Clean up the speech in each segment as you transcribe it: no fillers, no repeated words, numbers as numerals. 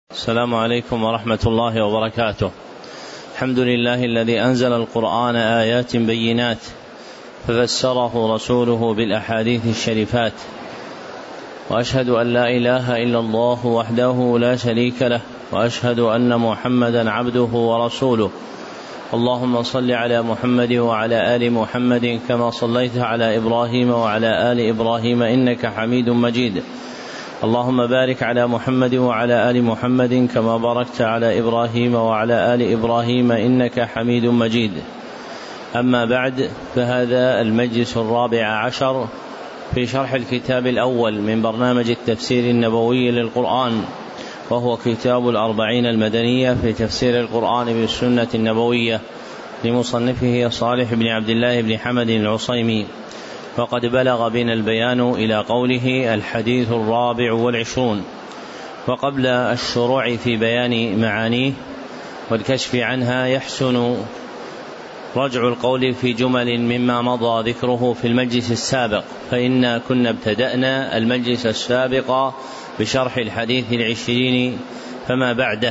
السلام عليكم ورحمة الله وبركاته. الحمد لله الذي أنزل القرآن آيات بينات ففسره رسوله بالأحاديث الشريفات، وأشهد أن لا إله إلا الله وحده لا شريك له، وأشهد أن محمدا عبده ورسوله. اللهم صل على محمد وعلى آل محمد كما صليت على إبراهيم وعلى آل إبراهيم إنك حميد مجيد. اللهم بارك على محمد وعلى آل محمد كما باركت على إبراهيم وعلى آل إبراهيم إنك حميد مجيد. أما بعد، فهذا المجلس 14 في شرح الكتاب الأول من برنامج التفسير النبوي للقرآن، وهو كتاب 40 المدنية في تفسير القرآن بالسنة النبوية لمصنفه صالح بن عبد الله بن حمد العصيمي. وقد بلغ بنا البيان إلى قوله الحديث 24. وقبل الشروع في بيان معانيه والكشف عنها يحسن رجع القول في جمل مما مضى ذكره في المجلس السابق، فإنا كنا ابتدأنا المجلس السابق بشرح الحديث 20 فما بعده،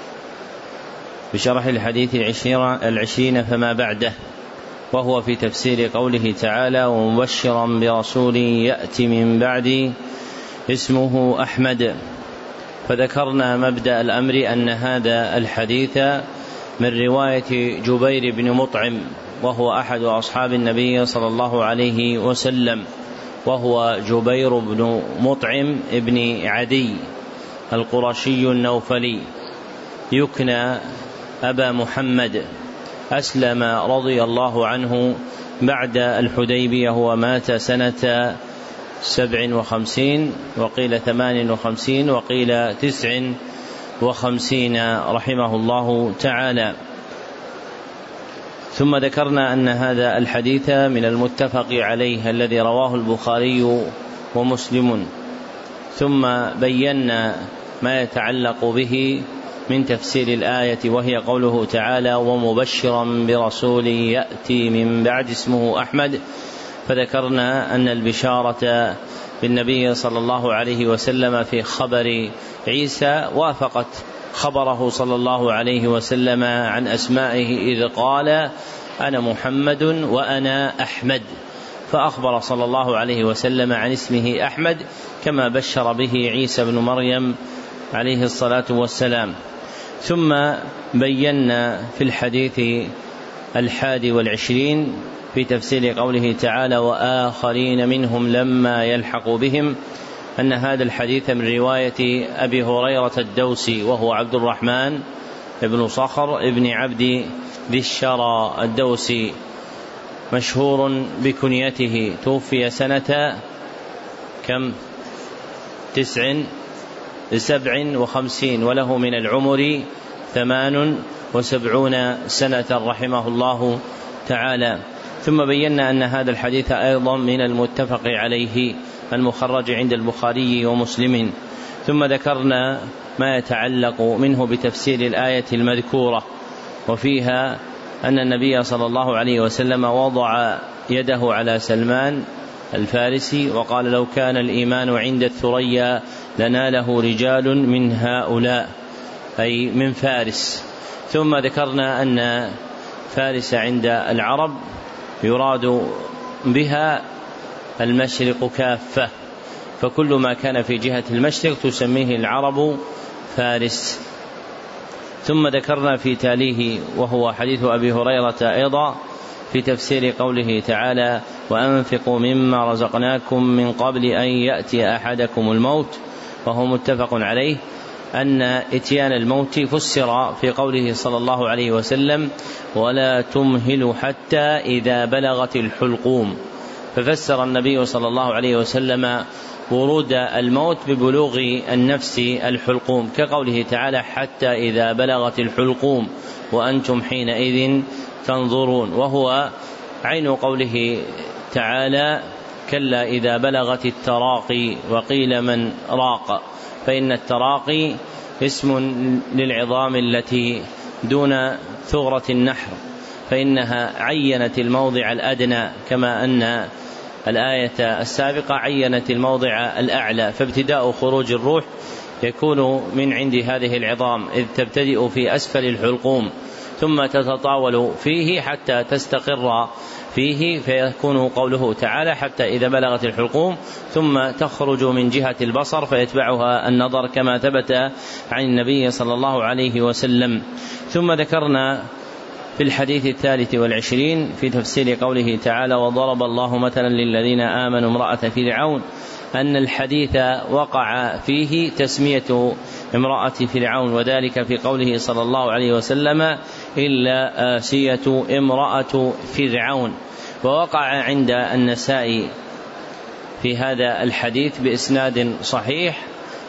بشرح الحديث 20 فما بعده، وهو في تفسير قوله تعالى ومبشرا برسول يأتي من بعد اسمه أحمد. فذكرنا مبدأ الأمر أن هذا الحديث من رواية جبير بن مطعم، وهو أحد أصحاب النبي صلى الله عليه وسلم، وهو جبير بن مطعم ابن عدي القرشي النوفلي، يكنى أبا محمد، أسلم رضي الله عنه بعد الحديبية، ومات سنة 57 وقيل 58 وقيل 59 رحمه الله تعالى. ثم ذكرنا أن هذا الحديث من المتفق عليه الذي رواه البخاري ومسلم، ثم بينا ما يتعلق به من تفسير الآية، وهي قوله تعالى ومبشرا برسول يأتي من بعد اسمه أحمد. فذكرنا أن البشارة بالنبي صلى الله عليه وسلم في خبر عيسى وافقت خبره صلى الله عليه وسلم عن أسمائه إذ قال أنا محمد وأنا أحمد، فأخبر صلى الله عليه وسلم عن اسمه أحمد كما بشر به عيسى بن مريم عليه الصلاة والسلام. ثم بينا في الحديث 21 في تفسير قوله تعالى وآخرين منهم لما يلحق بهم أن هذا الحديث من رواية أبي هريرة الدوسي، وهو عبد الرحمن بن صخر ابن عبد ذي الشرى الدوسي، مشهور بكنيته، توفي سنة 57 وله من العمر 78 سنة رحمه الله تعالى. ثم بينا أن هذا الحديث أيضا من المتفق عليه المخرج عند البخاري ومسلم. ثم ذكرنا ما يتعلق منه بتفسير الآية المذكورة، وفيها أن النبي صلى الله عليه وسلم وضع يده على سلمان الفارسي وقال لو كان الإيمان عند الثريا لناله رجال من هؤلاء، أي من فارس. ثم ذكرنا أن فارس عند العرب يراد بها المشرق كافة، فكل ما كان في جهة المشرق تسميه العرب فارس. ثم ذكرنا في تاليه وهو حديث أبي هريرة أيضا في تفسير قوله تعالى وأنفقوا مما رزقناكم من قبل أن يأتي أحدكم الموت، وهو متفق عليه أن إتيان الموت فسر في قوله صلى الله عليه وسلم ولا تمهل حتى إذا بلغت الحلقوم، ففسر النبي صلى الله عليه وسلم ورود الموت ببلوغ النفس الحلقوم، كقوله تعالى حتى إذا بلغت الحلقوم وأنتم حينئذ تنظرون، وهو عين قوله تعالى كلا إذا بلغت التراقي وقيل من راق، فإن التراقي اسم للعظام التي دون ثغرة النحر، فإنها عينت الموضع الأدنى، كما أن الآية السابقة عينت الموضع الأعلى، فابتداء خروج الروح يكون من عند هذه العظام، إذ تبتدئ في أسفل الحلقوم ثم تتطاول فيه حتى تستقر فيه، فيكون قوله تعالى حتى إذا بلغت الحلقوم، ثم تخرج من جهة البصر فيتبعها النظر كما ثبت عن النبي صلى الله عليه وسلم. ثم ذكرنا في الحديث 23 في تفسير قوله تعالى وضرب الله مثلا للذين آمنوا امرأة فرعون أن الحديث وقع فيه تسمية امرأة فرعون، وذلك في قوله صلى الله عليه وسلم إلا آسية امرأة فرعون. ووقع عند النسائي في هذا الحديث بإسناد صحيح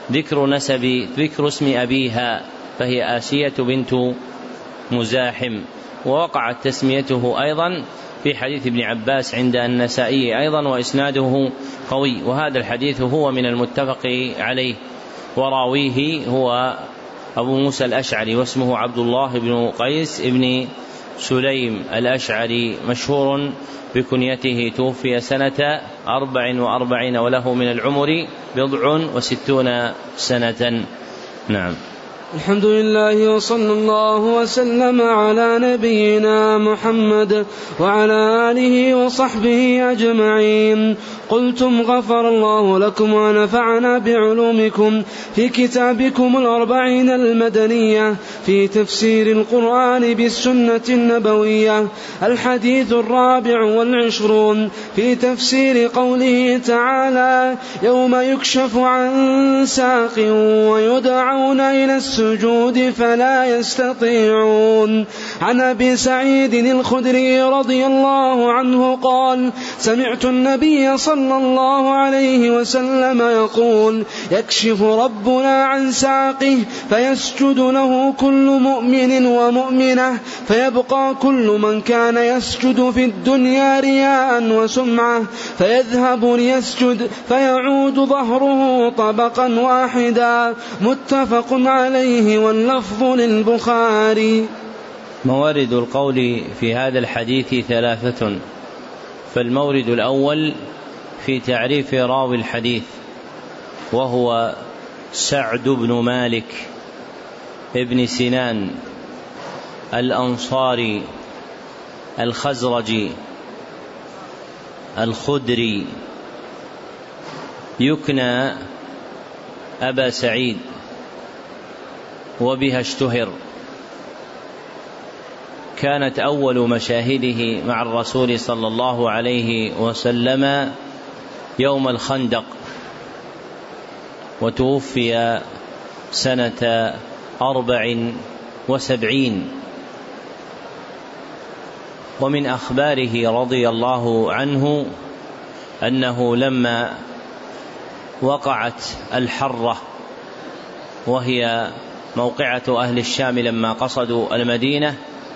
ذكر اسم أبيها، فهي آسية بنت مزاحم. ووقعت تسميته أيضا في حديث ابن عباس عند النسائي أيضا وإسناده قوي، وهذا الحديث هو من المتفق عليه، وراويه هو أبو موسى الأشعري واسمه عبد الله بن قيس بن سليم الأشعري، مشهور بكنيته، توفي سنة 44 وله من العمر 60 سنة. نعم. الحمد لله وصلى الله وسلم على نبينا محمد وعلى آله وصحبه أجمعين. قلتم غفر الله لكم ونفعنا بعلومكم في كتابكم 40 المدنية في تفسير القرآن بالسنة النبوية. الحديث 24 في تفسير قوله تعالى يوم يكشف عن ساق ويدعون إلى السجود فلا يستطيعون. عن أبي سعيد الخدري رضي الله عنه قال سمعت النبي صلى الله عليه وسلم يقول يكشف ربنا عن ساقه فيسجد له كل مؤمن ومؤمنة، فيبقى كل من كان يسجد في الدنيا رياء وسمعة فيذهب ليسجد فيعود ظهره طبقا واحدا. متفق عليه واللفظ للبخاري. موارد القول في هذا الحديث 3، فالمورد الأول في تعريف راوي الحديث، وهو سعد بن مالك ابن سنان الأنصاري الخزرجي الخدري، يكنى أبا سعيد وبها اشتهر. كانت أول مشاهده مع الرسول صلى الله عليه وسلم يوم الخندق، وتوفي سنة 74. ومن أخباره رضي الله عنه أنه لما وقعت الحرة، وهي موقعة أهل الشام لما قصدوا المدينة،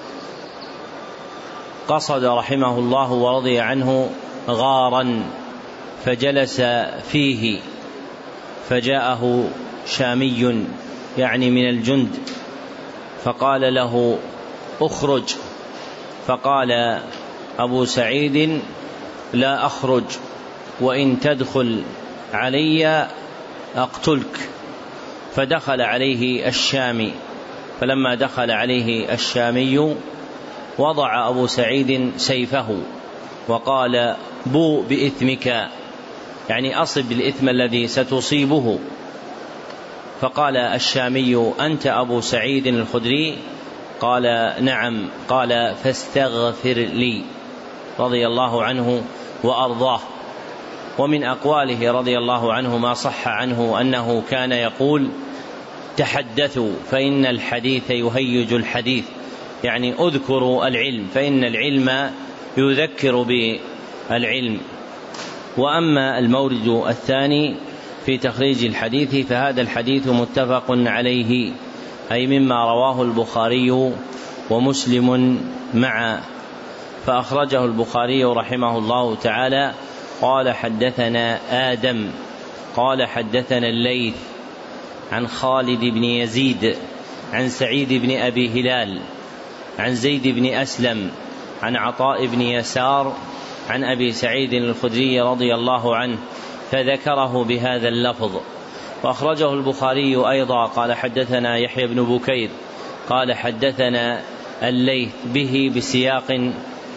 قصد رحمه الله ورضي عنه غارا فجلس فيه، فجاءه شامي يعني من الجند فقال له اخرج، فقال أبو سعيد لا أخرج، وإن تدخل علي أقتلك. فدخل عليه الشامي، فلما دخل عليه الشامي وضع أبو سعيد سيفه وقال بو بإثمك، يعني أصب بالإثم الذي ستصيبه. فقال الشامي أنت أبو سعيد الخدري؟ قال نعم. قال فاستغفر لي، رضي الله عنه وأرضاه. ومن أقواله رضي الله عنه ما صح عنه أنه كان يقول تحدثوا فإن الحديث يهيج الحديث، يعني أذكروا العلم فإن العلم يذكر بالعلم. وأما المورد الثاني في تخريج الحديث فهذا الحديث متفق عليه، أي مما رواه البخاري ومسلم معا. فأخرجه البخاري رحمه الله تعالى قال حدثنا آدم قال حدثنا الليث عن خالد بن يزيد عن سعيد بن أبي هلال عن زيد بن أسلم عن عطاء بن يسار عن أبي سعيد الخدري رضي الله عنه، فذكره بهذا اللفظ. وأخرجه البخاري أيضا قال حدثنا يحيى بن بكير قال حدثنا الليث به بسياق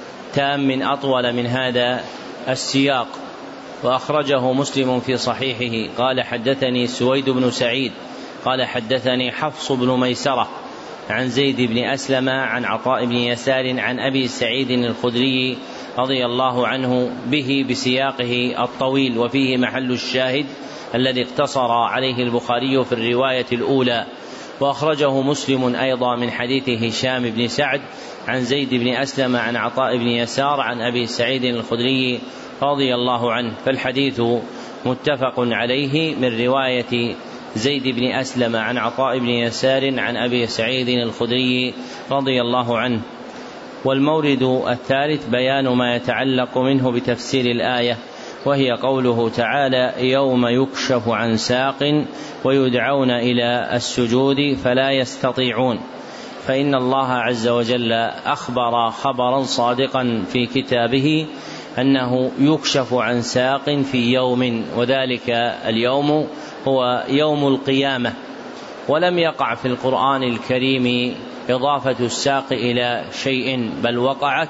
تام أطول من هذا السياق. وأخرجه مسلم في صحيحه قال حدثني سويد بن سعيد قال حدثني حفص بن ميسرة عن زيد بن أسلم عن عطاء بن يسار عن أبي سعيد الخدري رضي الله عنه به بسياقه الطويل، وفيه محل الشاهد الذي اقتصر عليه البخاري في الرواية الأولى. وأخرجه مسلم أيضا من حديث هشام بن سعد عن زيد بن أسلم عن عطاء بن يسار عن أبي سعيد الخدري رضي الله عنه، فالحديث متفق عليه من رواية زيد بن أسلم عن عطاء بن يسار عن أبي سعيد الخدري رضي الله عنه. والمورد الثالث بيان ما يتعلق منه بتفسير الآية، وهي قوله تعالى يوم يكشف عن ساق ويدعون إلى السجود فلا يستطيعون. فإن الله عز وجل أخبر خبرا صادقا في كتابه أنه يكشف عن ساق في يوم، وذلك اليوم هو يوم القيامة. ولم يقع في القرآن الكريم إضافة الساق إلى شيء، بل وقعت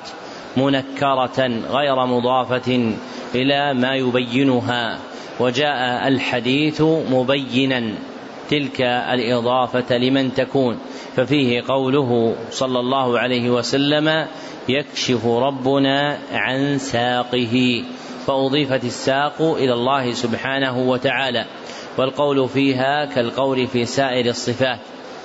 منكرة غير مضافة إلى ما يبينها، وجاء الحديث مبينا تلك الإضافة لمن تكون، ففيه قوله صلى الله عليه وسلم يكشف ربنا عن ساقه، فأضيفت الساق إلى الله سبحانه وتعالى. والقول فيها كالقول في سائر الصفات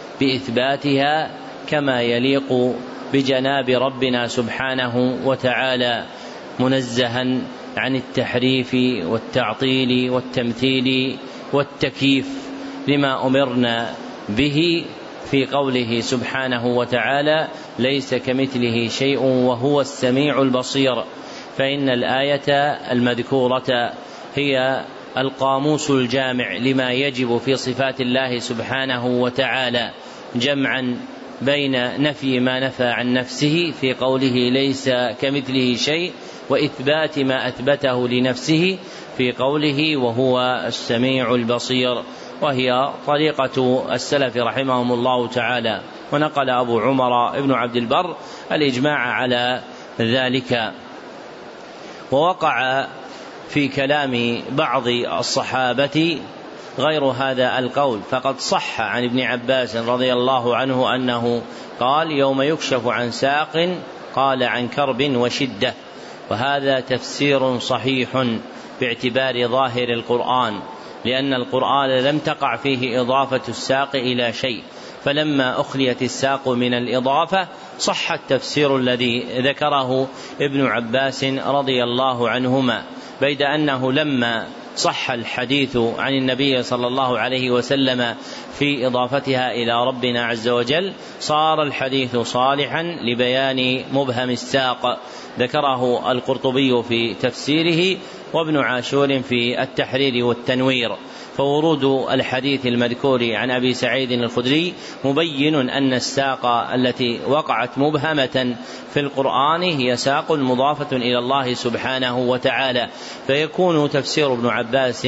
بإثباتها كما يليق بجناب ربنا سبحانه وتعالى، منزها عن التحريف والتعطيل والتمثيل والتكييف، لما أمرنا به في قوله سبحانه وتعالى ليس كمثله شيء وهو السميع البصير. فإن الآية المذكورة هي القاموس الجامع لما يجب في صفات الله سبحانه وتعالى، جمعا بين نفي ما نفى عن نفسه في قوله ليس كمثله شيء، وإثبات ما أثبته لنفسه في قوله وهو السميع البصير، وهي طريقة السلف رحمهم الله تعالى. ونقل أبو عمر ابن عبد البر الإجماع على ذلك. ووقع في كلام بعض الصحابة غير هذا القول، فقد صح عن ابن عباس رضي الله عنه أنه قال يوم يكشف عن ساق قال عن كرب وشدة، وهذا تفسير صحيح باعتبار ظاهر القرآن، لأن القرآن لم تقع فيه إضافة الساق إلى شيء، فلما أخليت الساق من الإضافة صح التفسير الذي ذكره ابن عباس رضي الله عنهما، بيد أنه لما صح الحديث عن النبي صلى الله عليه وسلم في إضافتها إلى ربنا عز وجل صار الحديث صالحا لبيان مبهم الساق، ذكره القرطبي في تفسيره وابن عاشور في التحرير والتنوير. فورود الحديث المذكور عن أبي سعيد الخدري مبين أن الساق التي وقعت مبهمة في القرآن هي ساق مضافة إلى الله سبحانه وتعالى، فيكون تفسير ابن عباس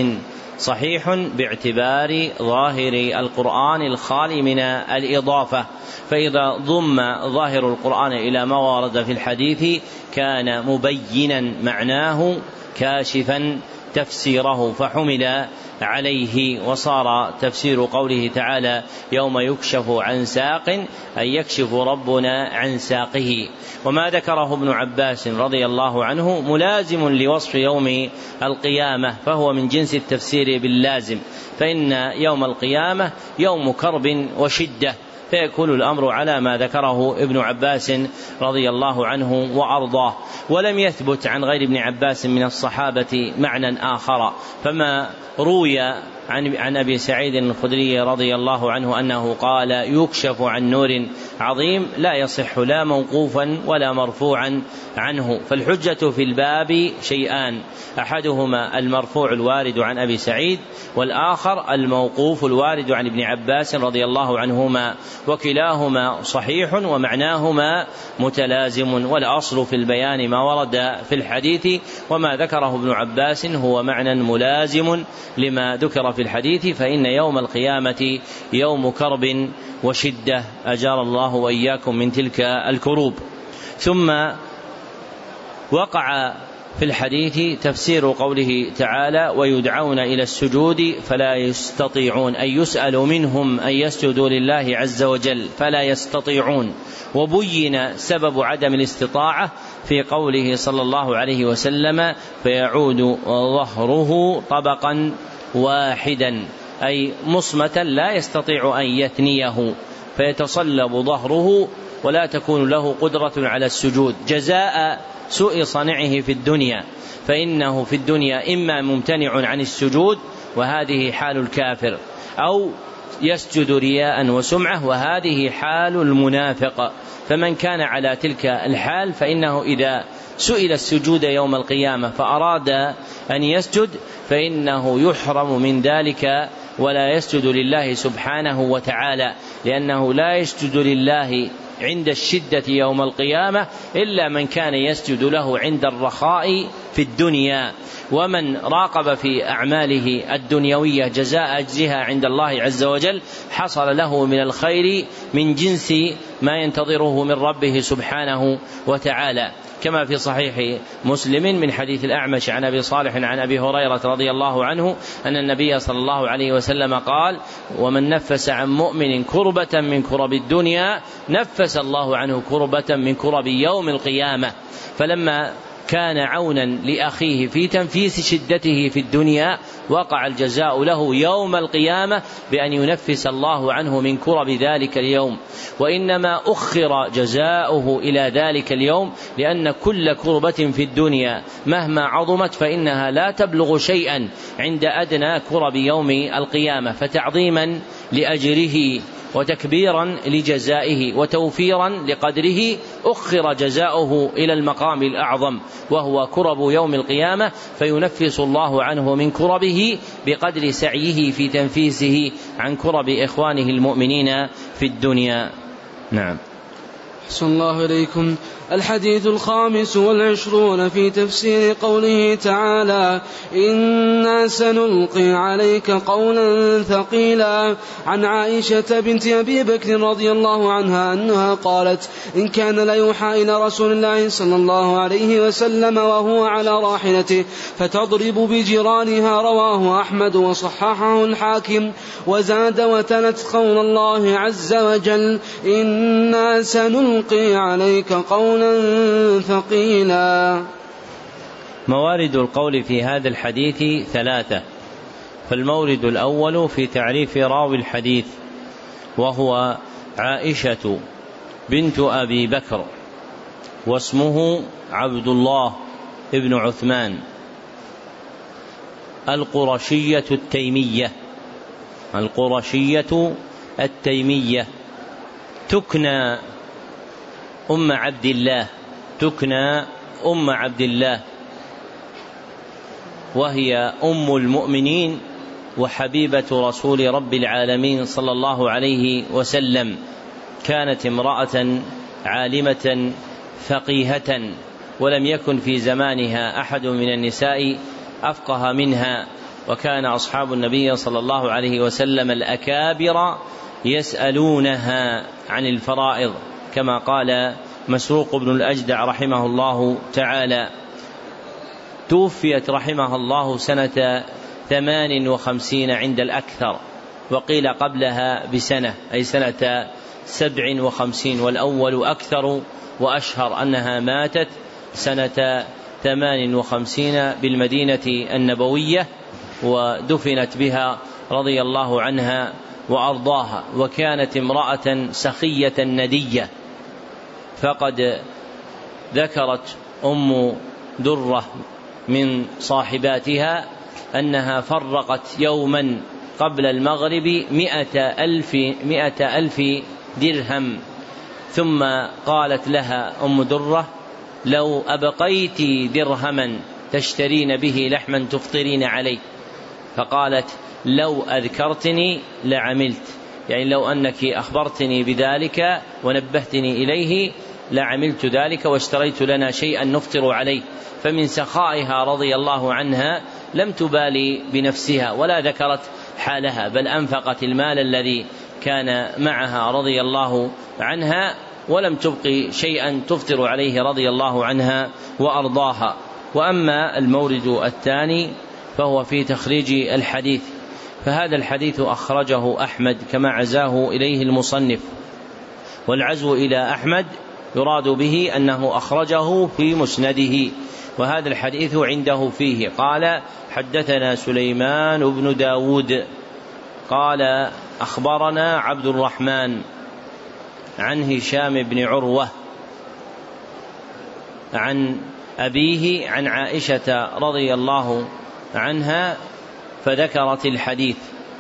صحيح باعتبار ظاهر القرآن الخالي من الإضافة. فإذا ضم ظاهر القرآن إلى ما ورد في الحديث كان مبينا معناه كاشفا تفسيره فحمل عليه، وصار تفسير قوله تعالى يوم يكشف عن ساق أي يكشف ربنا عن ساقه. وما ذكره ابن عباس رضي الله عنه ملازم لوصف يوم القيامة، فهو من جنس التفسير باللازم، فإن يوم القيامة يوم كرب وشدة، فيكون الأمر على ما ذكره ابن عباس رضي الله عنه وأرضاه. ولم يثبت عن غير ابن عباس من الصحابة معنى آخر، فما روي عن أبي سعيد الخدري رضي الله عنه أنه قال يكشف عن نور عظيم لا يصح لا موقوفا ولا مرفوعا عنه. فالحجة في الباب شيئان، أحدهما المرفوع الوارد عن أبي سعيد، والآخر الموقوف الوارد عن ابن عباس رضي الله عنهما، وكلاهما صحيح ومعناهما متلازم، والأصل في البيان ما ورد في الحديث، وما ذكره ابن عباس هو معنى ملازم لما ذكر في الحديث فإن يوم القيامة يوم كرب وشدة، أجار الله وإياكم من تلك الكروب. ثم وقع في الحديث تفسير قوله تعالى ويدعون إلى السجود فلا يستطيعون، أي يسأل منهم أن يسجدوا لله عز وجل فلا يستطيعون. وبين سبب عدم الاستطاعة في قوله صلى الله عليه وسلم فيعود ظهره طبقا واحدا، أي مصمتا لا يستطيع أن يثنيه فيتصلب ظهره ولا تكون له قدرة على السجود جزاء سوء صنعه في الدنيا، فإنه في الدنيا إما ممتنع عن السجود وهذه حال الكافر، أو يسجد رياء وسمعة وهذه حال المنافق. فمن كان على تلك الحال فإنه إذا سئل السجود يوم القيامة فأراد أن يسجد فإنه يحرم من ذلك ولا يسجد لله سبحانه وتعالى، لأنه لا يسجد لله عند الشدة يوم القيامة إلا من كان يسجد له عند الرخاء في الدنيا. ومن راقب في أعماله الدنيوية جزاء أجزها عند الله عز وجل حصل له من الخير من جنس ما ينتظره من ربه سبحانه وتعالى، كما في صحيح مسلم من حديث الأعمش عن أبي صالح عن أبي هريرة رضي الله عنه أن النبي صلى الله عليه وسلم قال ومن نفس عن مؤمن كربة من كرب الدنيا نفس الله عنه كربة من كرب يوم القيامة. فلما كان عونا لأخيه في تنفيس شدته في الدنيا وقع الجزاء له يوم القيامة بأن ينفس الله عنه من كرب ذلك اليوم، وإنما أخر جزاؤه إلى ذلك اليوم لأن كل كربة في الدنيا مهما عظمت فإنها لا تبلغ شيئا عند أدنى كرب يوم القيامة، فتعظيما لأجره وتكبيرا لجزائه وتوفيرا لقدره أخر جزاؤه إلى المقام الأعظم وهو كرب يوم القيامة، فينفس الله عنه من كربه بقدر سعيه في تنفيسه عن كرب إخوانه المؤمنين في الدنيا. نعم. أحسن الله إليكم. الحديث 25 في تفسير قوله تعالى إنا سنلقي عليك قولا ثقيلا. عن عائشة بنت أبي بكر رضي الله عنها أنها قالت إن كان ليوحى إلى رسول الله صلى الله عليه وسلم وهو على راحلته فتضرب بجيرانها، رواه أحمد وصححه الحاكم. وزاد وتلت قول الله عز وجل إنا سنلقي عليك قولا ثقيلا. موارد القول في هذا الحديث 3. فالمورد الأول في تعريف راوي الحديث وهو عائشة بنت أبي بكر واسمه عبد الله ابن عثمان القرشية التيمية تكنى أم عبد الله وهي أم المؤمنين وحبيبة رسول رب العالمين صلى الله عليه وسلم. كانت امرأة عالمة فقيهة ولم يكن في زمانها أحد من النساء أفقه منها، وكان أصحاب النبي صلى الله عليه وسلم الأكابر يسألونها عن الفرائض كما قال مسروق بن الأجدع رحمه الله تعالى. توفيت رحمه الله سنة 58 عند الأكثر، وقيل قبلها بسنة أي سنة 57، والأول أكثر وأشهر أنها ماتت سنة 58 بالمدينة النبوية، ودفنت بها رضي الله عنها وأرضاها. وكانت امرأة سخية ندية، فقد ذكرت أم درة من صاحباتها أنها فرقت يوما قبل المغرب 100,000 درهم، ثم قالت لها أم درة لو أبقيت درهما تشترين به لحما تفطرين عليه، فقالت لو أذكرتني لعملت، يعني لو أنك أخبرتني بذلك ونبهتني إليه لعملت ذلك واشتريت لنا شيئا نفطر عليه. فمن سخائها رضي الله عنها لم تبالي بنفسها ولا ذكرت حالها، بل أنفقت المال الذي كان معها رضي الله عنها ولم تبقي شيئا تفطر عليه رضي الله عنها وأرضاها. وأما المورد الثاني فهو في تخريج الحديث، فهذا الحديث أخرجه أحمد كما عزاه إليه المصنف، والعزو إلى أحمد يراد به أنه أخرجه في مسنده، وهذا الحديث عنده فيه. قال حدثنا سليمان بن داود قال أخبرنا عبد الرحمن عن هشام بن عروة عن أبيه عن عائشة رضي الله عنها، فذكرت الحديث.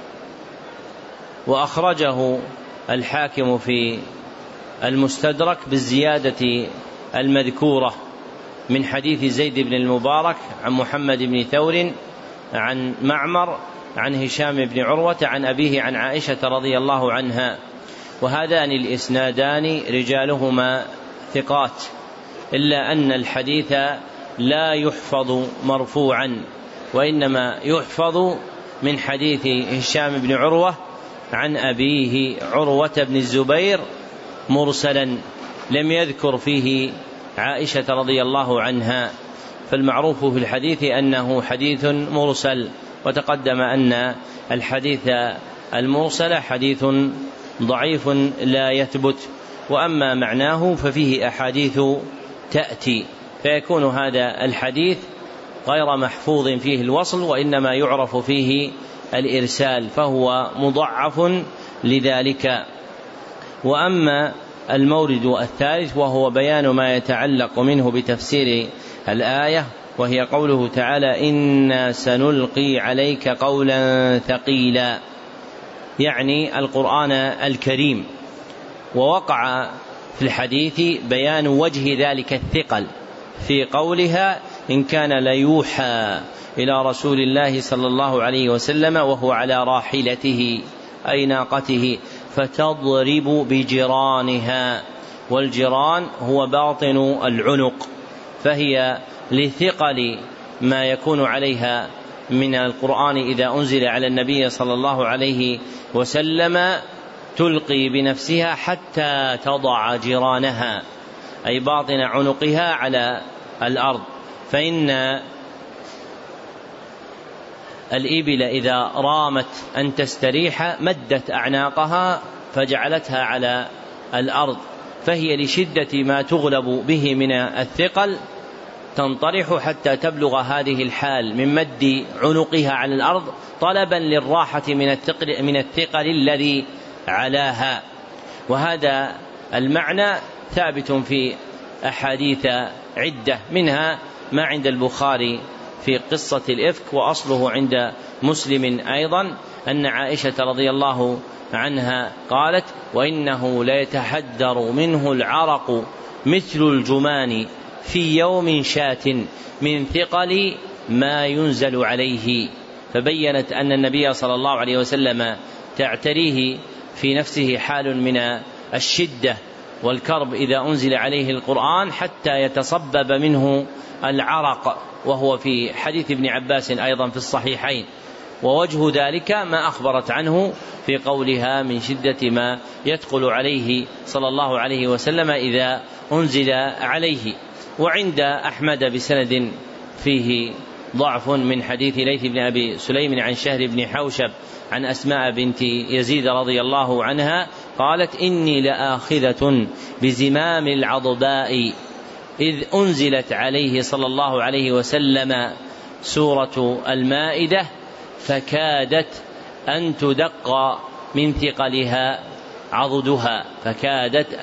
وأخرجه الحاكم في المستدرك بالزيادة المذكورة من حديث زيد بن المبارك عن محمد بن ثور عن معمر عن هشام بن عروة عن أبيه عن عائشة رضي الله عنها. وهذان الإسنادان رجالهما ثقات، إلا أن الحديث لا يحفظ مرفوعا، وإنما يحفظ من حديث هشام بن عروة عن أبيه عروة بن الزبير مرسلا، لم يذكر فيه عائشة رضي الله عنها. فالمعروف في الحديث أنه حديث مرسل، وتقدم أن الحديث المرسل حديث ضعيف لا يثبت، وأما معناه ففيه أحاديث تأتي، فيكون هذا الحديث غير محفوظ فيه الوصل، وإنما يعرف فيه الإرسال، فهو مضعف لذلك. وأما المورد الثالث وهو بيان ما يتعلق منه بتفسير الآية، وهي قوله تعالى إنا سنلقي عليك قولا ثقيلا، يعني القرآن الكريم. ووقع في الحديث بيان وجه ذلك الثقل في قولها إن كان ليوحى إلى رسول الله صلى الله عليه وسلم وهو على راحلته أي ناقته فتضرب بجرانها، والجران هو باطن العنق، فهي لثقل ما يكون عليها من القرآن إذا أنزل على النبي صلى الله عليه وسلم تلقي بنفسها حتى تضع جرانها أي باطن عنقها على الأرض. فإن الإبل إذا رامت أن تستريح مدت أعناقها فجعلتها على الأرض، فهي لشدة ما تغلب به من الثقل تنطرح حتى تبلغ هذه الحال من مد عنقها على الأرض طلبا للراحة من الثقل الذي علاها. وهذا المعنى ثابت في أحاديث عدة، منها ما عند البخاري في قصة الإفك، وأصله عند مسلم أيضا أن عائشة رضي الله عنها قالت وإنه ليتحدر منه العرق مثل الجمان في يوم شات من ثقل ما ينزل عليه، فبينت أن النبي صلى الله عليه وسلم تعتريه في نفسه حال من الشدة والكرب إذا أنزل عليه القرآن حتى يتصبب منه العرق، وهو في حديث ابن عباس أيضا في الصحيحين. ووجه ذلك ما أخبرت عنه في قولها من شدة ما يثقل عليه صلى الله عليه وسلم إذا أنزل عليه. وعند أحمد بسند فيه ضعف من حديث ليث بن أبي سليم عن شهر بن حوشب عن أسماء بنت يزيد رضي الله عنها قالت إني لآخذة بزمام العضباء إذ أنزلت عليه صلى الله عليه وسلم سورة المائدة فكادت أن تدق من ثقلها عضدها، فكادت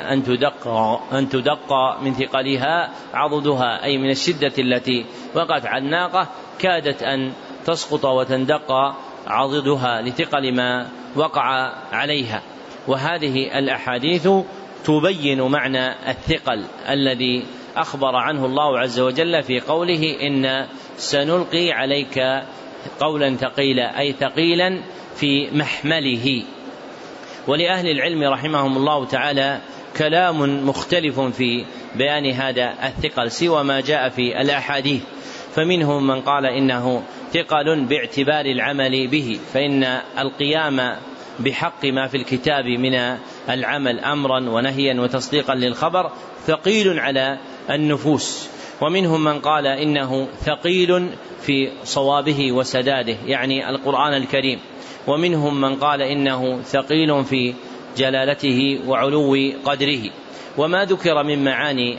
أن تدق من ثقلها عضدها أي من الشدة التي وقعت على الناقة كادت أن تسقط وتندق عضدها لثقل ما وقع عليها. وهذه الأحاديث تبين معنى الثقل الذي أخبر عنه الله عز وجل في قوله إن سنلقي عليك قولا ثقيلا أي ثقيلا في محمله. ولأهل العلم رحمهم الله تعالى كلام مختلف في بيان هذا الثقل سوى ما جاء في الأحاديث، فمنهم من قال إنه ثقل باعتبار العمل به، فإن القيام بحق ما في الكتاب من العمل أمرا ونهيا وتصديقا للخبر ثقيل على النفوس. ومنهم من قال إنه ثقيل في صوابه وسداده، يعني القرآن الكريم. ومنهم من قال إنه ثقيل في جلالته وعلو قدره. وما ذكر من معاني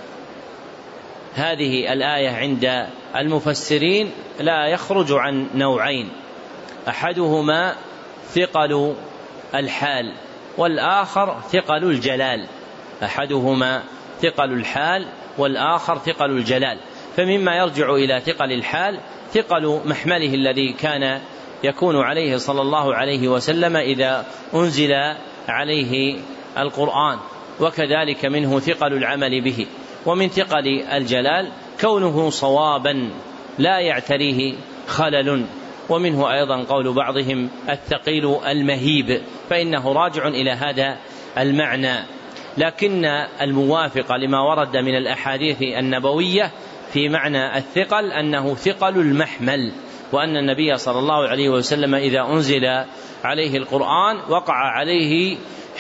هذه الآية عند المفسرين لا يخرج عن نوعين: أحدهما ثقل الحال، والآخر ثقل الجلال. أحدهما ثقل الحال والآخر ثقل الجلال. فمما يرجع إلى ثقل الحال ثقل محمله الذي كان يكون عليه صلى الله عليه وسلم إذا أنزل عليه القرآن، وكذلك منه ثقل العمل به. ومن ثقل الجلال كونه صوابا لا يعتريه خلل. ومنه أيضا قول بعضهم الثقيل المهيب، فإنه راجع إلى هذا المعنى. لكن الموافق لما ورد من الأحاديث النبوية في معنى الثقل أنه ثقل المحمل، وأن النبي صلى الله عليه وسلم إذا أنزل عليه القرآن وقع عليه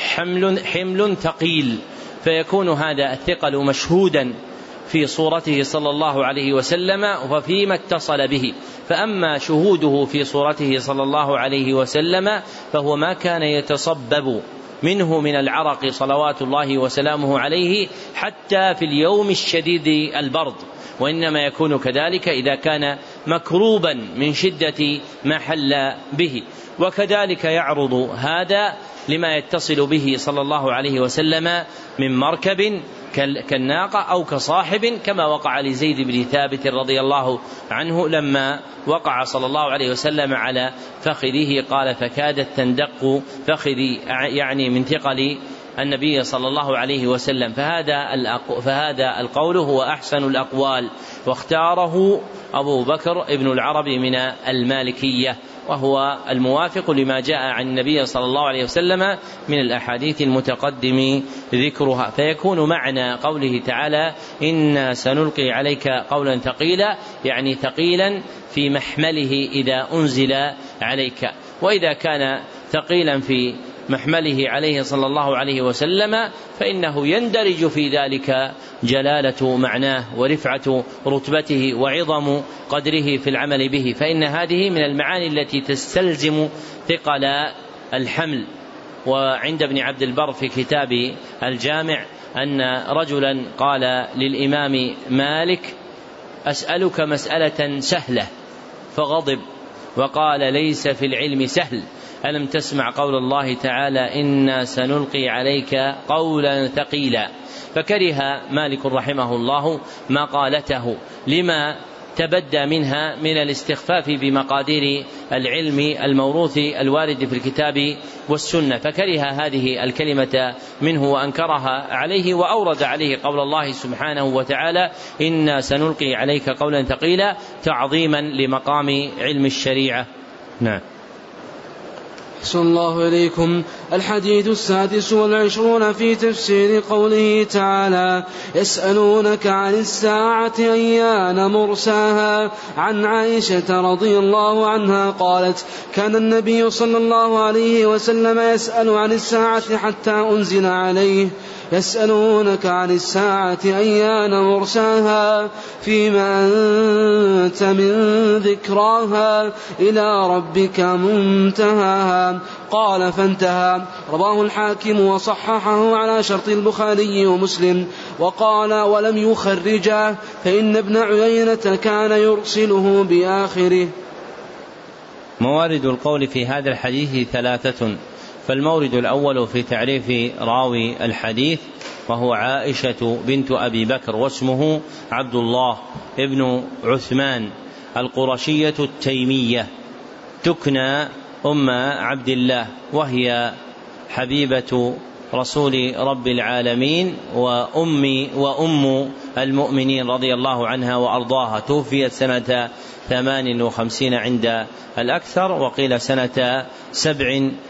حمل ثقيل، فيكون هذا الثقل مشهودا في صورته صلى الله عليه وسلم وفيما اتصل به. فأما شهوده في صورته صلى الله عليه وسلم فهو ما كان يتصبب منه من العرق صلوات الله وسلامه عليه حتى في اليوم الشديد البرد، وإنما يكون كذلك إذا كان مكروبا من شدة ما حل به. وكذلك يعرض هذا لما يتصل به صلى الله عليه وسلم من مركب كالناقة أو كصاحب، كما وقع لزيد بن ثابت رضي الله عنه لما وقع صلى الله عليه وسلم على فخذه قال فكادت تندق فخذي، يعني من ثقل النبي صلى الله عليه وسلم. فهذا القول هو أحسن الأقوال، واختاره أبو بكر ابن العربي من المالكية، وهو الموافق لما جاء عن النبي صلى الله عليه وسلم من الأحاديث المتقدم ذكرها. فيكون معنى قوله تعالى إنا سنلقي عليك قولا ثقيلا، يعني ثقيلا في محمله إذا أنزل عليك. وإذا كان ثقيلا في محمله عليه صلى الله عليه وسلم فإنه يندرج في ذلك جلالة معناه ورفعة رتبته وعظم قدره في العمل به، فإن هذه من المعاني التي تستلزم ثقل الحمل. وعند ابن عبد البر في كتاب الجامع أن رجلا قال للإمام مالك أسألك مسألة سهلة، فغضب وقال ليس في العلم سهل، ألم تسمع قول الله تعالى إنا سنلقي عليك قولا ثقيلا. فكره مالك رحمه الله ما قالته لما تبدى منها من الاستخفاف بمقادير العلم الموروث الوارد في الكتاب والسنة، فكره هذه الكلمة منه وأنكرها عليه، وأورد عليه قول الله سبحانه وتعالى إنا سنلقي عليك قولا ثقيلا تعظيما لمقام علم الشريعة. نعم. أحسن الله إليكم. الحديث 26 في تفسير قوله تعالى يسألونك عن الساعة أيان مرساها. عن عائشة رضي الله عنها قالت كان النبي صلى الله عليه وسلم يسأل عن الساعة حتى أنزل عليه يسألونك عن الساعة أيان مرساها فيما أنت من ذكراها إلى ربك منتهاها. قال فانتهى. رواه الحاكم وصححه على شرط البخاري ومسلم، وقال ولم يخرجه فإن ابن عيينة كان يرسله بآخره. موارد القول في هذا الحديث 3، فالمورد الأول في تعريف راوي الحديث وهو عائشة بنت أبي بكر، واسمه عبد الله ابن عثمان القرشية التيمية، تكنى أم عبد الله، وهي حبيبة رسول رب العالمين وأم المؤمنين رضي الله عنها وأرضاها. توفيت سنة 58 عند الأكثر، وقيل سنة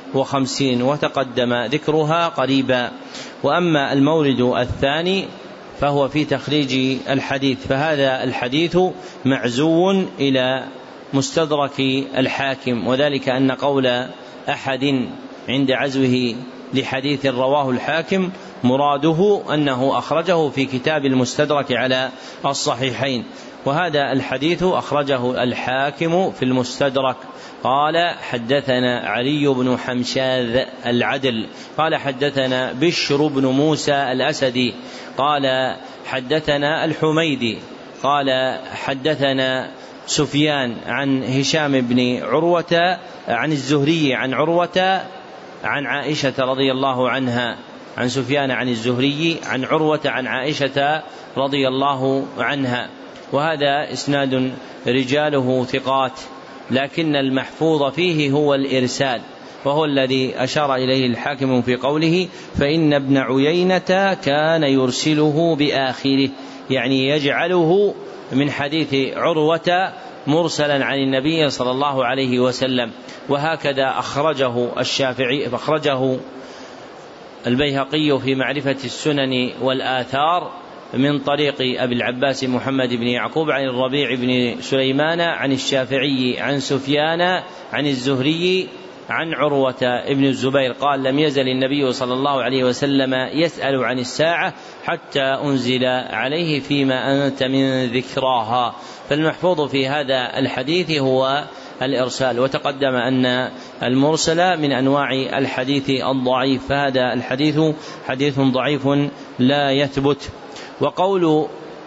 57، وتقدم ذكرها قريبا. وأما المورد الثاني فهو في تخريج الحديث. فهذا الحديث معزو إلى مستدرك الحاكم، وذلك أن قول أحد عند عزوه لحديث رواه الحاكم مراده أنه أخرجه في كتاب المستدرك على الصحيحين، وهذا الحديث أخرجه الحاكم في المستدرك. قال حدثنا علي بن حمشاذ العدل قال حدثنا بشر بن موسى الأسدي قال حدثنا الحميدي قال حدثنا سفيان عن هشام بن عروة عن الزهري عن عروة عن عائشة رضي الله عنها، عن سفيان عن الزهري عن عروة عن عائشة رضي الله عنها. وهذا إسناد رجاله ثقات، لكن المحفوظ فيه هو الإرسال، وهو الذي أشار إليه الحاكم في قوله فإن ابن عيينة كان يرسله بآخره، يعني يجعله من حديث عروة مرسلا عن النبي صلى الله عليه وسلم. وهكذا أخرجه الشافعي، أخرجه البيهقي في معرفة السنن والآثار من طريق أبي العباس محمد بن يعقوب عن الربيع بن سليمان عن الشافعي عن سفيان عن الزهري عن عروة ابن الزبير قال لم يزل النبي صلى الله عليه وسلم يسأل عن الساعة حتى أنزل عليه فيما أنت من ذكراها. فالمحفوظ في هذا الحديث هو الإرسال، وتقدم أن المرسل من أنواع الحديث الضعيف، فهذا الحديث حديث ضعيف لا يثبت. وقول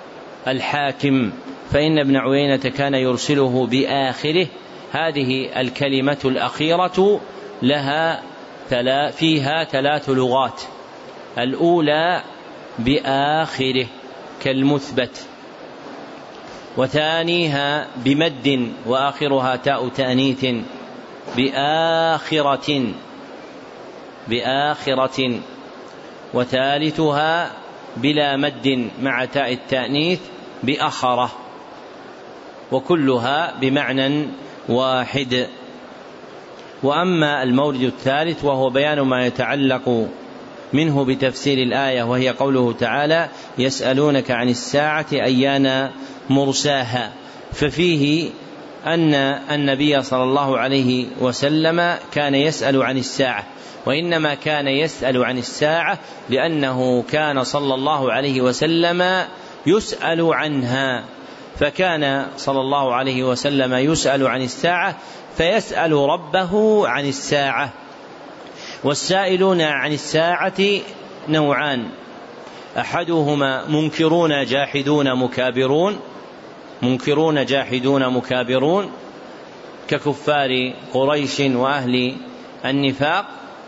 الحاكم فإن ابن عيينة كان يرسله بآخره، هذه الكلمة الأخيرة لها فيها 3 لغات، الأولى بآخره كالمثبت، وثانيها بمد وآخرها تاء تأنيث بآخرة، وثالثها بلا مد مع تاء التأنيث بأخرة، وكلها بمعنى واحد. وأما المورد الثالث وهو بيان ما يتعلق منه بتفسير الآية، وهي قوله تعالى يسألونك عن الساعة أيان مرساها، ففيه أن النبي صلى الله عليه وسلم كان يسأل عن الساعة، وإنما كان يسأل عن الساعة لأنه كان صلى الله عليه وسلم يسأل عنها، فكان صلى الله عليه وسلم يسأل عن الساعة فيسأل ربه عن الساعة. والسائلون عن الساعة نوعان، أحدهما منكرون جاحدون مكابرون ككفار قريش وأهل النفاق،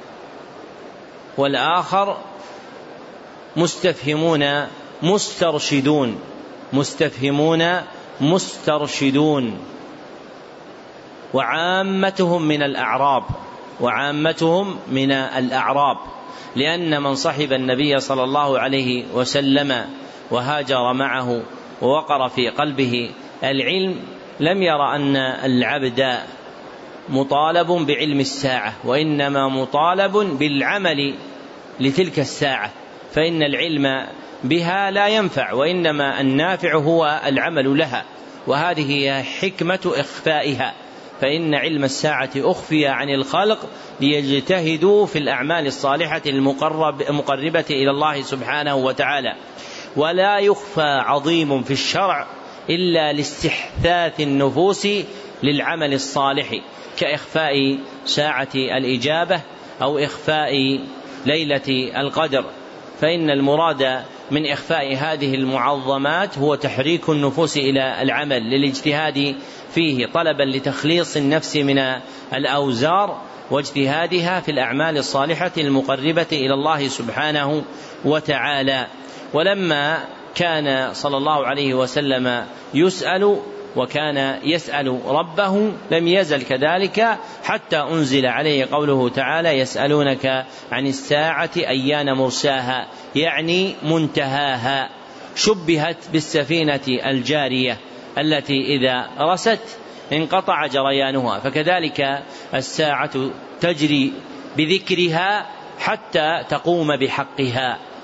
والآخر مستفهمون مسترشدون وعامتهم من الأعراب، لأن من صحب النبي صلى الله عليه وسلم وهاجر معه ووقر في قلبه العلم لم ير أن العبد مطالب بعلم الساعة، وإنما مطالب بالعمل لتلك الساعة، فإن العلم بها لا ينفع، وإنما النافع هو العمل لها، وهذه هي حكمة إخفائها، فإن علم الساعة أخفي عن الخلق ليجتهدوا في الأعمال الصالحة المقربة إلى الله سبحانه وتعالى. ولا يخفى عظيم في الشرع إلا لاستحثاث النفوس للعمل الصالح، كإخفاء ساعة الإجابة أو إخفاء ليلة القدر، فإن المراد من إخفاء هذه المعظمات هو تحريك النفوس إلى العمل للاجتهاد فيه، طلبا لتخليص النفس من الأوزار واجتهادها في الأعمال الصالحة المقربة إلى الله سبحانه وتعالى. ولما كان صلى الله عليه وسلم يسأل وكان يسأل ربه لم يزل كذلك حتى أنزل عليه قوله تعالى يسألونك عن الساعة أيان مرساها، يعني منتهاها، شبهت بالسفينة الجارية التي إذا رست انقطع جريانها، فكذلك الساعة تجري بذكرها حتى تقوم بحقها،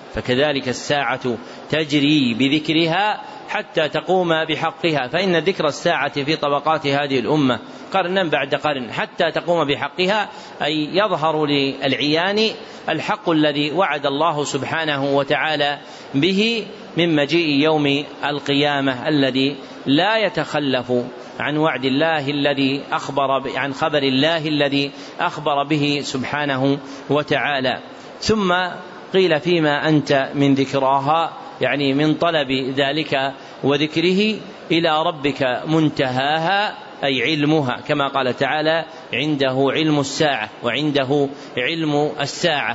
فكذلك الساعة تجري بذكرها حتى تقوم بحقها، فإن ذكر الساعة في طبقات هذه الأمة قرنا بعد قرن حتى تقوم بحقها، أي يظهر للعيان الحق الذي وعد الله سبحانه وتعالى به من مجيء يوم القيامة الذي لا يتخلف عن وعد الله الذي عن خبر الله الذي أخبر به سبحانه وتعالى. ثم قيل فيما أنت من ذكراها، يعني من طلب ذلك وذكره، إلى ربك منتهاها أي علمها، كما قال تعالى عنده علم الساعة وعنده علم الساعة.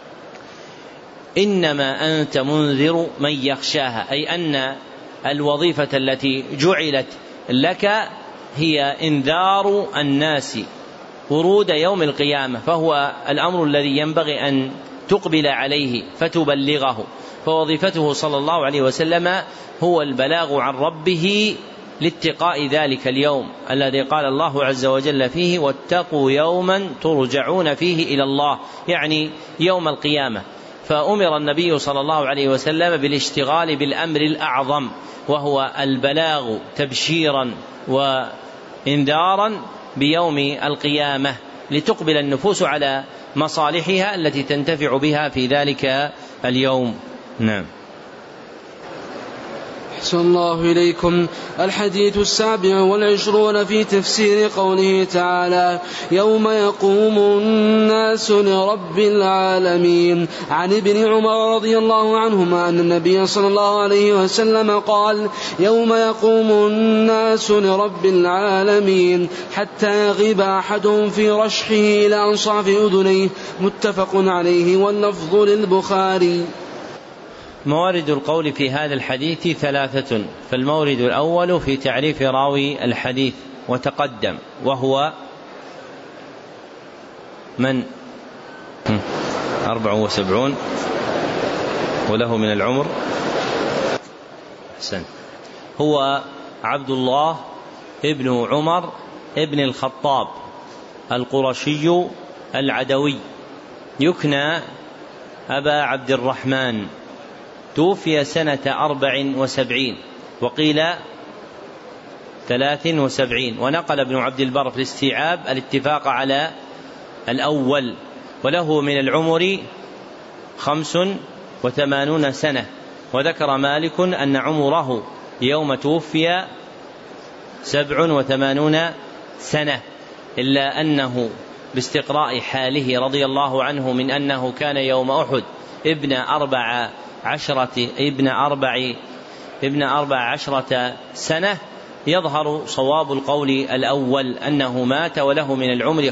إنما أنت منذر من يخشاها، أي أن الوظيفة التي جعلت لك هي إنذار الناس ورود يوم القيامة، فهو الأمر الذي ينبغي أن تقبل عليه فتبلغه، فوظيفته صلى الله عليه وسلم هو البلاغ عن ربه لاتقاء ذلك اليوم الذي قال الله عز وجل فيه واتقوا يوما ترجعون فيه إلى الله، يعني يوم القيامة. فأمر النبي صلى الله عليه وسلم بالاشتغال بالأمر الأعظم، وهو البلاغ تبشيرا وإنذارا بيوم القيامة، لتقبل النفوس على مصالحها التي تنتفع بها في ذلك اليوم. نعم. أحسن الله إليكم. الحديث 27 في تفسير قوله تعالى يوم يقوم الناس لرب العالمين. عن ابن عمر رضي الله عنهما أن النبي صلى الله عليه وسلم قال يوم يقوم الناس لرب العالمين حتى يغيب أحدهم في رشحه إلى أنصاف أذنيه. متفق عليه واللفظ للبخاري. موارد القول في هذا الحديث 3، فالمورد الأول في تعريف راوي الحديث وتقدم، وهو من 74 وله من العمر أحسن، هو عبد الله ابن عمر ابن الخطاب القرشي العدوي، يكنى أبا عبد الرحمن، توفي سنة 74 وقيل 73، ونقل ابن عبد البر في الاستيعاب الاتفاق على الأول، وله من العمر 85 سنة. وذكر مالك أن عمره يوم توفي 87 سنة، إلا أنه باستقراء حاله رضي الله عنه من أنه كان يوم أحد ابن 14 سنة، يظهر صواب القول الأول أنه مات وله من العمر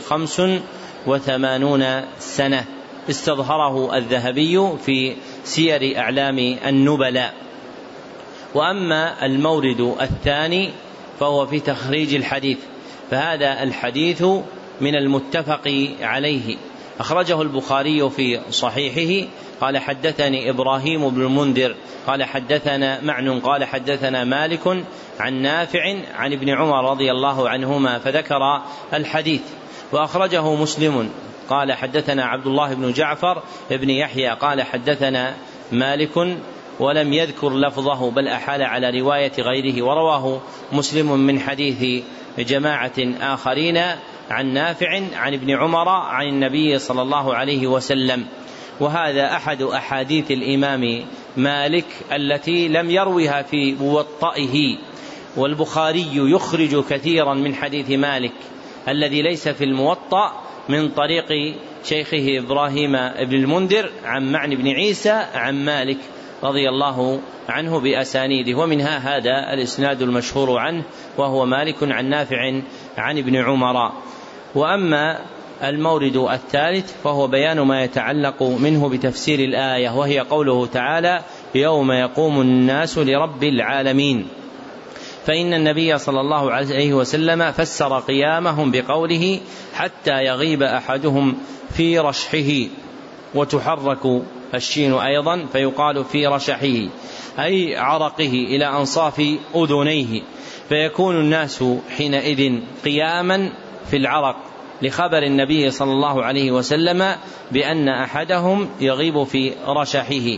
85 سنة، استظهره الذهبي في سير أعلام النبلاء. وأما المورد الثاني فهو في تخريج الحديث، فهذا الحديث من المتفق عليه، أخرجه البخاري في صحيحه قال حدثني إبراهيم بن المنذر قال حدثنا معن قال حدثنا مالك عن نافع عن ابن عمر رضي الله عنهما، فذكر الحديث. وأخرجه مسلم قال حدثنا عبد الله بن جعفر بن يحيى قال حدثنا مالك، ولم يذكر لفظه بل أحال على رواية غيره. ورواه مسلم من حديث جماعة آخرين عن نافع عن ابن عمر عن النبي صلى الله عليه وسلم. وهذا أحد أحاديث الإمام مالك التي لم يروها في موطئه، والبخاري يخرج كثيرا من حديث مالك الذي ليس في الموطأ من طريق شيخه إبراهيم بن المنذر عن معن بن عيسى عن مالك رضي الله عنه بأسانيده، ومنها هذا الإسناد المشهور عنه وهو مالك عن نافع عن ابن عمر. وأما المورد الثالث فهو بيان ما يتعلق منه بتفسير الآية، وهي قوله تعالى يوم يقوم الناس لرب العالمين. فإن النبي صلى الله عليه وسلم فسر قيامهم بقوله حتى يغيب أحدهم في رشحه، وتحرك الشين أيضا فيقال في رشحه أي عرقه إلى أنصاف أذنيه، فيكون الناس حينئذ قياما في العرق، لخبر النبي صلى الله عليه وسلم بأن أحدهم يغيب في رشحه.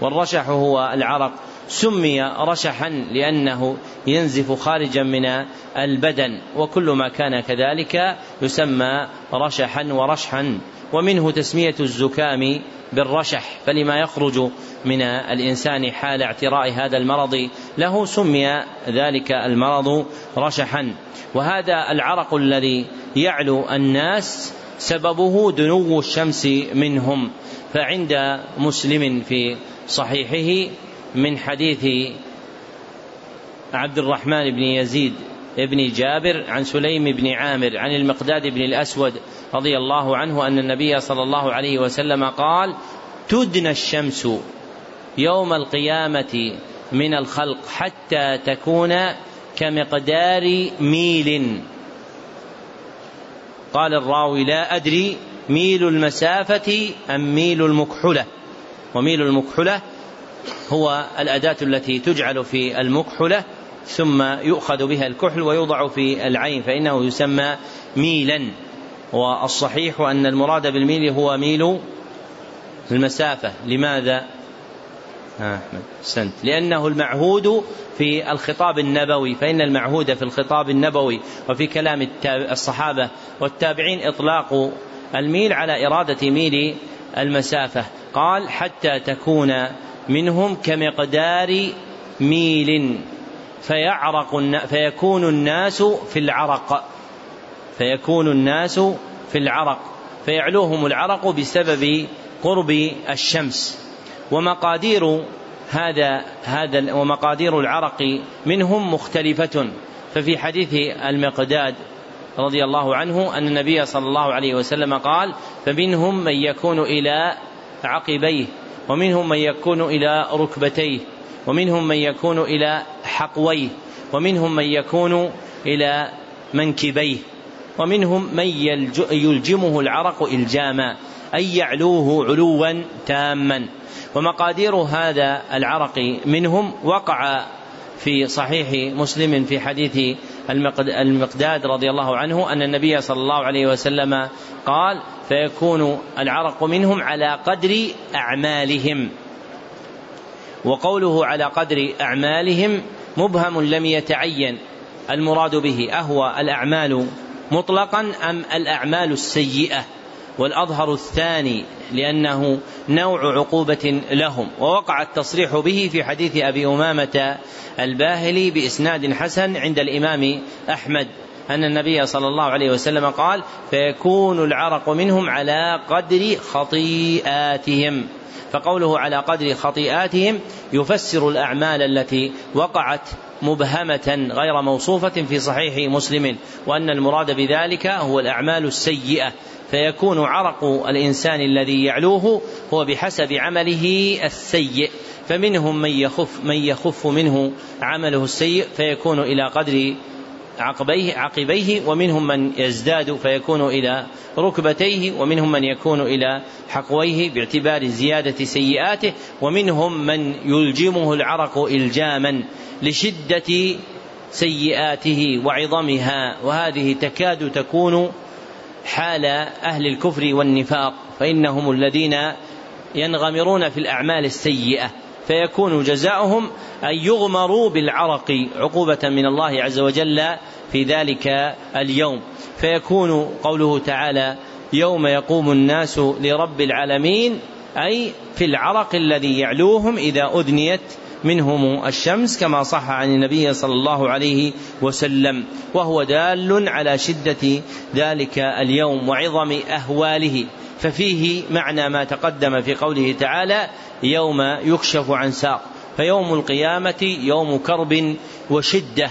والرشح هو العرق. سمي رشحا لأنه ينزف خارجا من البدن، وكل ما كان كذلك يسمى رشحا ورشحا. ومنه تسمية الزكام بالرشح، فلما يخرج من الإنسان حال اعتراء هذا المرض له سمي ذلك المرض رشحا. وهذا العرق الذي يعلو الناس سببه دنو الشمس منهم. فعند مسلم في صحيحه من حديث عبد الرحمن بن يزيد ابن جابر عن سليم بن عامر عن المقداد بن الأسود رضي الله عنه أن النبي صلى الله عليه وسلم قال: تدنى الشمس يوم القيامة من الخلق حتى تكون كمقدار ميل. قال الراوي: لا أدري ميل المسافة أم ميل المكحلة. وميل المكحلة هو الأداة التي تجعل في المكحلة ثم يؤخذ بها الكحل ويوضع في العين فإنه يسمى ميلا. والصحيح أن المراد بالميل هو ميل المسافة. لماذا؟ لأنه المعهود في الخطاب النبوي، فإن المعهود في الخطاب النبوي وفي كلام الصحابة والتابعين إطلاق الميل على إرادة ميل المسافة. قال: حتى تكون منهم كمقدار ميل فيكون الناس في العرق فيعلوهم العرق بسبب قرب الشمس. ومقادير العرق منهم مختلفة. ففي حديث المقداد رضي الله عنه أن النبي صلى الله عليه وسلم قال: فمنهم من يكون إلى عقبيه، ومنهم من يكون إلى ركبتيه، ومنهم من يكون إلى حقويه، ومنهم من يكون إلى منكبيه، ومنهم من يلجمه العرق إلجاما، أي يعلوه علوا تاما. ومقادير هذا العرق منهم وقع في صحيح مسلم في حديث المقداد رضي الله عنه أن النبي صلى الله عليه وسلم قال: فيكون العرق منهم على قدر أعمالهم. وقوله على قدر أعمالهم مبهم لم يتعين المراد به أهو الأعمال مطلقا أم الأعمال السيئة، والأظهر الثاني لأنه نوع عقوبة لهم. ووقع التصريح به في حديث أبي أمامة الباهلي بإسناد حسن عند الإمام أحمد أن النبي صلى الله عليه وسلم قال: فيكون العرق منهم على قدر خطيئاتهم. فقوله على قدر خطيئاتهم يفسر الأعمال التي وقعت مبهمة غير موصوفة في صحيح مسلم، وأن المراد بذلك هو الأعمال السيئة. فيكون عرق الإنسان الذي يعلوه هو بحسب عمله السيء، فمنهم من يخف منه عمله السيء فيكون إلى قدر عقبيه، ومنهم من يزداد فيكون إلى ركبتيه، ومنهم من يكون إلى حقويه باعتبار زيادة سيئاته، ومنهم من يلجمه العرق إلجاما لشدة سيئاته وعظمها. وهذه تكاد تكون حال أهل الكفر والنفاق، فإنهم الذين ينغمرون في الأعمال السيئة، فيكون جزاؤهم أن يغمروا بالعرق عقوبة من الله عز وجل في ذلك اليوم. فيكون قوله تعالى: يوم يقوم الناس لرب العالمين، أي في العرق الذي يعلوهم إذا أدنيت منهم الشمس، كما صح عن النبي صلى الله عليه وسلم، وهو دال على شدة ذلك اليوم وعظم أهواله. ففيه معنى ما تقدم في قوله تعالى: يوم يكشف عن ساق. فيوم القيامة يوم كرب وشدة،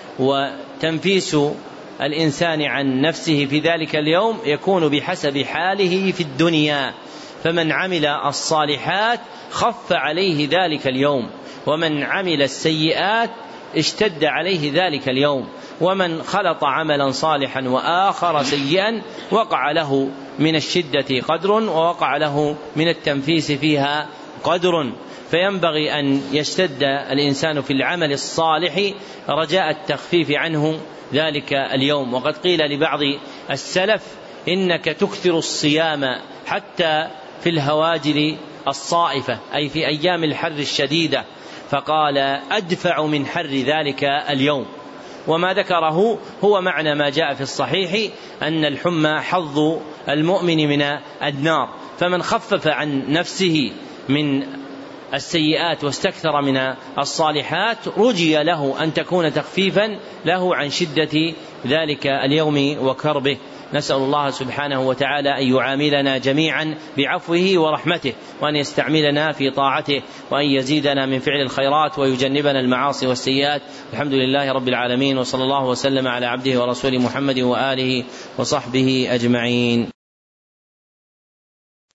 وتنفيس الإنسان عن نفسه في ذلك اليوم يكون بحسب حاله في الدنيا. فمن عمل الصالحات خف عليه ذلك اليوم، ومن عمل السيئات اشتد عليه ذلك اليوم، ومن خلط عملا صالحا وآخر سيئا وقع له من الشدة قدر، ووقع له من التنفيس فيها قدر. فينبغي أن يشتد الإنسان في العمل الصالح رجاء التخفيف عنه ذلك اليوم. وقد قيل لبعض السلف: إنك تكثر الصيام حتى في الهواجر الصائفة أي في أيام الحر الشديدة، فقال أدفع من حر ذلك اليوم. وما ذكره هو معنى ما جاء في الصحيح أن الحمى حظ المؤمن من النار، فمن خفف عن نفسه من السيئات واستكثر من الصالحات رجي له أن تكون تخفيفا له عن شدة ذلك اليوم وكربه. نسأل الله سبحانه وتعالى أن يعاملنا جميعا بعفوه ورحمته، وأن يستعملنا في طاعته، وأن يزيدنا من فعل الخيرات ويجنبنا المعاصي والسيئات. الحمد لله رب العالمين، وصلى الله وسلم على عبده ورسوله محمد وآله وصحبه أجمعين.